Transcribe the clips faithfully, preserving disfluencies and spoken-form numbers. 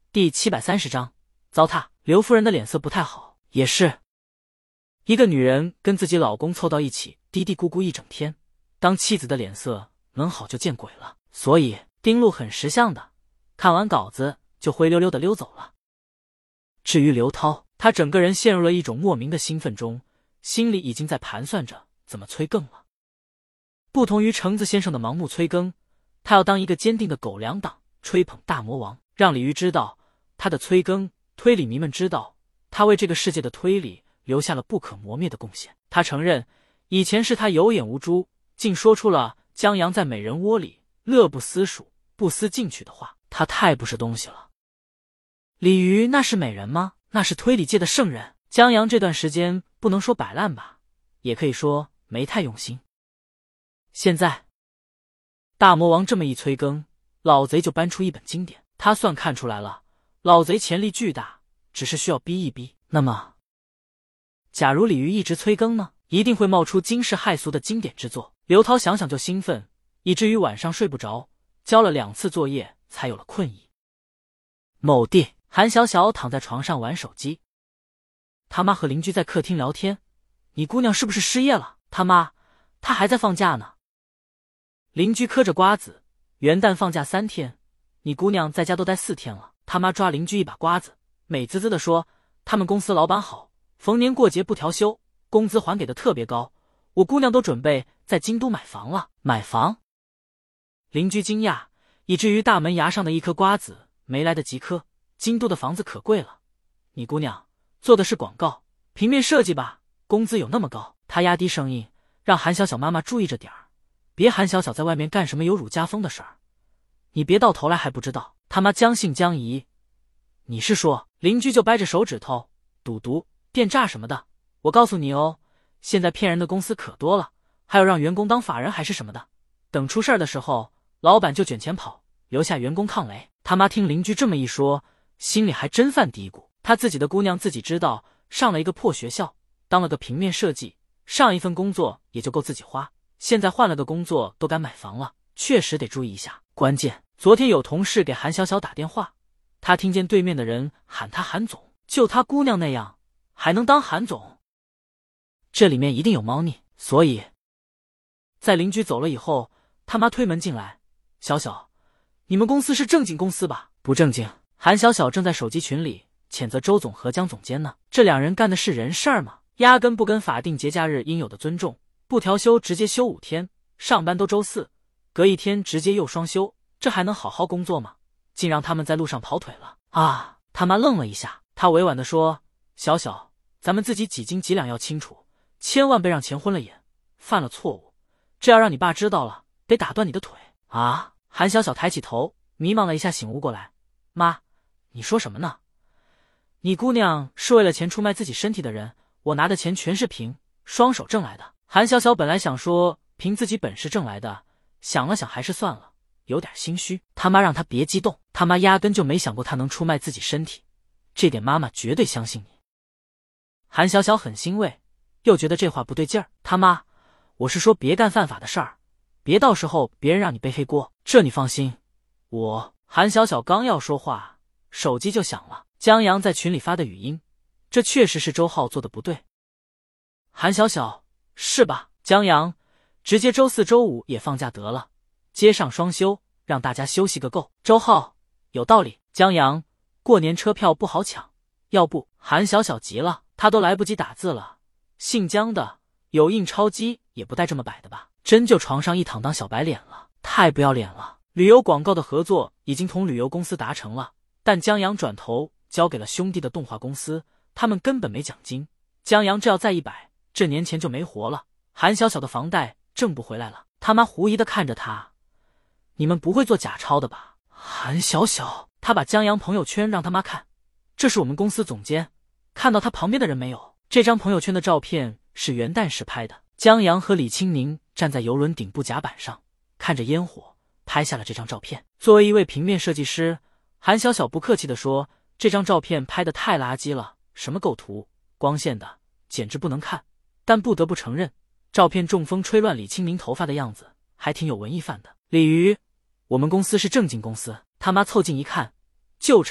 第七百三十章，糟蹋。刘夫人的脸色不太好，也是。一个女人跟自己老公凑到一起，嘀嘀咕咕一整天，当妻子的脸色能好就见鬼了。所以丁路很识相的，看完稿子就灰溜溜的溜走了。至于刘涛，他整个人陷入了一种莫名的兴奋中，心里已经在盘算着怎么催更了。不同于橙子先生的盲目催更，他要当一个坚定的狗粮党，吹捧大魔王，让鲤鱼知道他的催更，推理迷们知道他为这个世界的推理留下了不可磨灭的贡献。他承认以前是他有眼无珠，竟说出了江阳在美人窝里乐不思蜀不思进取的话，他太不是东西了。鲤鱼那是美人吗？那是推理界的圣人。江阳这段时间不能说摆烂吧，也可以说没太用心。现在大魔王这么一催更，老贼就搬出一本经典，他算看出来了，老贼潜力巨大，只是需要逼一逼。那么假如鲤鱼一直催更呢？一定会冒出惊世骇俗的经典之作。刘涛想想就兴奋，以至于晚上睡不着，交了两次作业才有了困意。某地，韩小小躺在床上玩手机，他妈和邻居在客厅聊天，你姑娘是不是失业了？他妈，她还在放假呢。邻居嗑着瓜子，元旦放假三天，你姑娘在家都待四天了。他妈抓邻居一把瓜子，美滋滋地说，他们公司老板好，逢年过节不调休，工资还给的特别高，我姑娘都准备在京都买房了。买房？邻居惊讶，以至于大门牙上的一颗瓜子没来得及嗑。京都的房子可贵了，你姑娘做的是广告平面设计吧，工资有那么高？他压低声音，让韩小小妈妈注意着点儿，别韩小小在外面干什么有辱家风的事儿，你别到头来还不知道。他妈将信将疑，你是说？邻居就掰着手指头，赌毒电诈什么的，我告诉你哦，现在骗人的公司可多了，还有让员工当法人还是什么的，等出事儿的时候老板就卷钱跑，留下员工抗雷。他妈听邻居这么一说，心里还真犯嘀咕，他自己的姑娘自己知道，上了一个破学校，当了个平面设计，上一份工作也就够自己花，现在换了个工作都敢买房了，确实得注意一下。关键昨天有同事给韩小小打电话，他听见对面的人喊他韩总，就他姑娘那样还能当韩总？这里面一定有猫腻。所以在邻居走了以后，他妈推门进来，小小，你们公司是正经公司吧？不正经。韩小小正在手机群里谴责周总和江总监呢，这两人干的是人事儿吗？压根不跟法定节假日应有的尊重，不调休直接休五天，上班都周四，隔一天直接又双休，这还能好好工作吗？竟让他们在路上跑腿了啊！他妈愣了一下，他委婉地说，小小，咱们自己几斤几两要清楚，千万别让钱昏了眼，犯了错误，这要让你爸知道了，得打断你的腿啊！韩小小抬起头，迷茫了一下醒悟过来，妈，你说什么呢？你姑娘是为了钱出卖自己身体的人，我拿的钱全是凭双手挣来的。韩小小本来想说凭自己本事挣来的，想了想还是算了，有点心虚。他妈让他别激动，他妈压根就没想过他能出卖自己身体，这点妈妈绝对相信你。韩小小很欣慰，又觉得这话不对劲儿。他妈，我是说别干犯法的事儿，别到时候别人让你背黑锅，这你放心。我……韩小小刚要说话，手机就响了，江阳在群里发的语音，这确实是周浩做的不对。韩小小，是吧？江阳，直接周四周五也放假得了，接上双休，让大家休息个够。周浩，有道理。江阳，过年车票不好抢，要不……韩小小急了，他都来不及打字了，姓江的有印钞机也不带这么摆的吧？真就床上一躺当小白脸了，太不要脸了。旅游广告的合作已经同旅游公司达成了，但江阳转头交给了兄弟的动画公司，他们根本没奖金。江阳这要再一摆，这年前就没活了。韩小小的房贷挣不回来了。他妈狐疑地看着他，你们不会做假钞的吧？韩小小，他把江阳朋友圈让他妈看，这是我们公司总监，看到他旁边的人没有？这张朋友圈的照片是元旦时拍的，江阳和李青宁站在游轮顶部甲板上，看着烟火拍下了这张照片。作为一位平面设计师，韩小小不客气地说，这张照片拍得太垃圾了，什么构图光线的简直不能看，但不得不承认，照片中风吹乱李青宁头发的样子还挺有文艺范的。鲤鱼，我们公司是正经公司。他妈凑近一看，就唱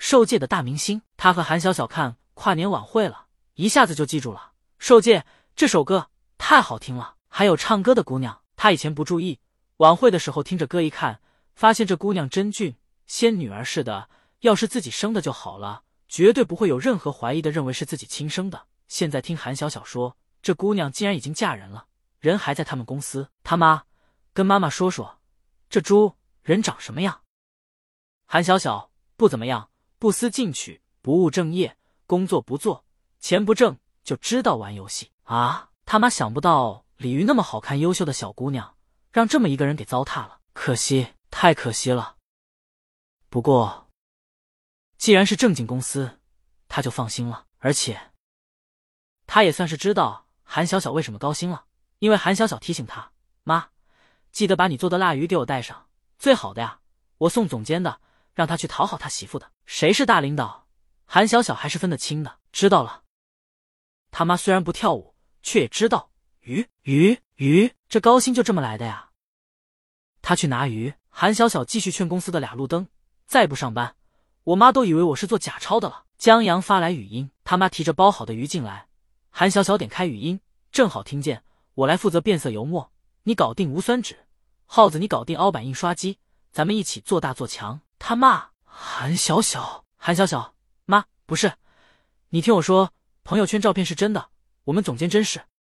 受戒的大明星。他和韩小小看跨年晚会了，一下子就记住了受戒这首歌，太好听了。还有唱歌的姑娘，他以前不注意，晚会的时候听着歌一看，发现这姑娘真俊，仙女儿似的，要是自己生的就好了，绝对不会有任何怀疑的认为是自己亲生的。现在听韩小小说，这姑娘竟然已经嫁人了，人还在他们公司。他妈，跟妈妈说说，这猪人长什么样？韩小小，不怎么样，不思进取，不务正业，工作不做，钱不挣，就知道玩游戏啊！他妈想不到李鱼那么好看优秀的小姑娘，让这么一个人给糟蹋了，可惜，太可惜了。不过，既然是正经公司，他就放心了，而且他也算是知道韩小小为什么高兴了，因为韩小小提醒他，妈，记得把你做的腊鱼给我带上，最好的呀，我送总监的，让他去讨好他媳妇的。谁是大领导，韩小小还是分得清的。知道了。他妈虽然不跳舞，却也知道鱼鱼鱼，这高兴就这么来的呀。他去拿鱼，韩小小继续劝公司的俩路灯，再不上班，我妈都以为我是做假钞的了。江阳发来语音，他妈提着包好的鱼进来，韩小小点开语音，正好听见，我来负责变色油墨，你搞定无酸纸，耗子你搞定凹版印刷机，咱们一起做大做强。他骂韩小小，韩小小，妈，不是，你听我说，朋友圈照片是真的，我们总监真是